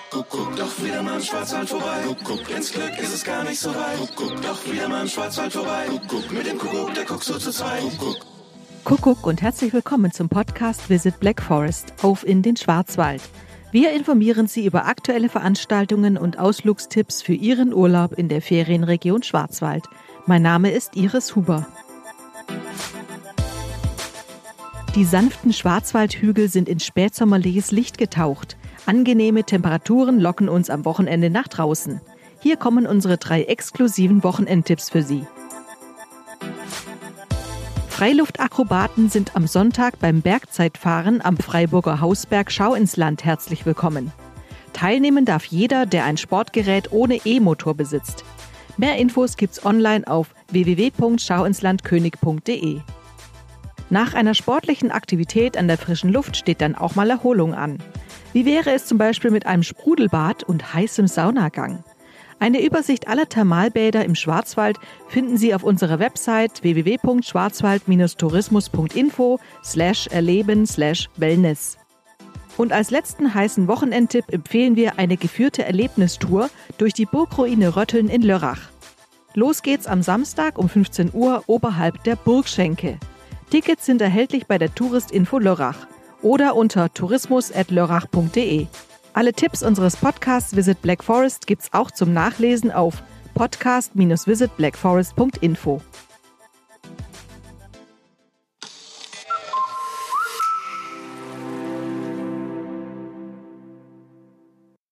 Doch wieder mal im Schwarzwald vorbei. Ins Glück ist es gar nicht so weit. Doch wieder mal im Schwarzwald vorbei. Mit dem Kuckuck, der guckt so zu zweit. Kuckuck und herzlich willkommen zum Podcast Visit Black Forest, auf in den Schwarzwald. Wir informieren Sie über aktuelle Veranstaltungen und Ausflugstipps für Ihren Urlaub in der Ferienregion Schwarzwald. Mein Name ist Iris Huber. Die sanften Schwarzwaldhügel sind in spätsommerliches Licht getaucht. Angenehme Temperaturen locken uns am Wochenende nach draußen. Hier kommen unsere 3 exklusiven Wochenendtipps für Sie. Freiluftakrobaten sind am Sonntag beim Bergzeitfahren am Freiburger Hausberg Schau ins Land herzlich willkommen. Teilnehmen darf jeder, der ein Sportgerät ohne E-Motor besitzt. Mehr Infos gibt's online auf www.schauinslandkönig.de. Nach einer sportlichen Aktivität an der frischen Luft steht dann auch mal Erholung an. Wie wäre es zum Beispiel mit einem Sprudelbad und heißem Saunagang? Eine Übersicht aller Thermalbäder im Schwarzwald finden Sie auf unserer Website www.schwarzwald-tourismus.info/erleben/wellness. Und als letzten heißen Wochenendtipp empfehlen wir eine geführte Erlebnistour durch die Burgruine Rötteln in Lörrach. Los geht's am Samstag um 15 Uhr oberhalb der Burgschenke. Tickets sind erhältlich bei der Touristinfo Lörrach oder unter tourismus@lörrach.de. Alle Tipps unseres Podcasts Visit Black Forest gibt's auch zum Nachlesen auf podcast-visitblackforest.info.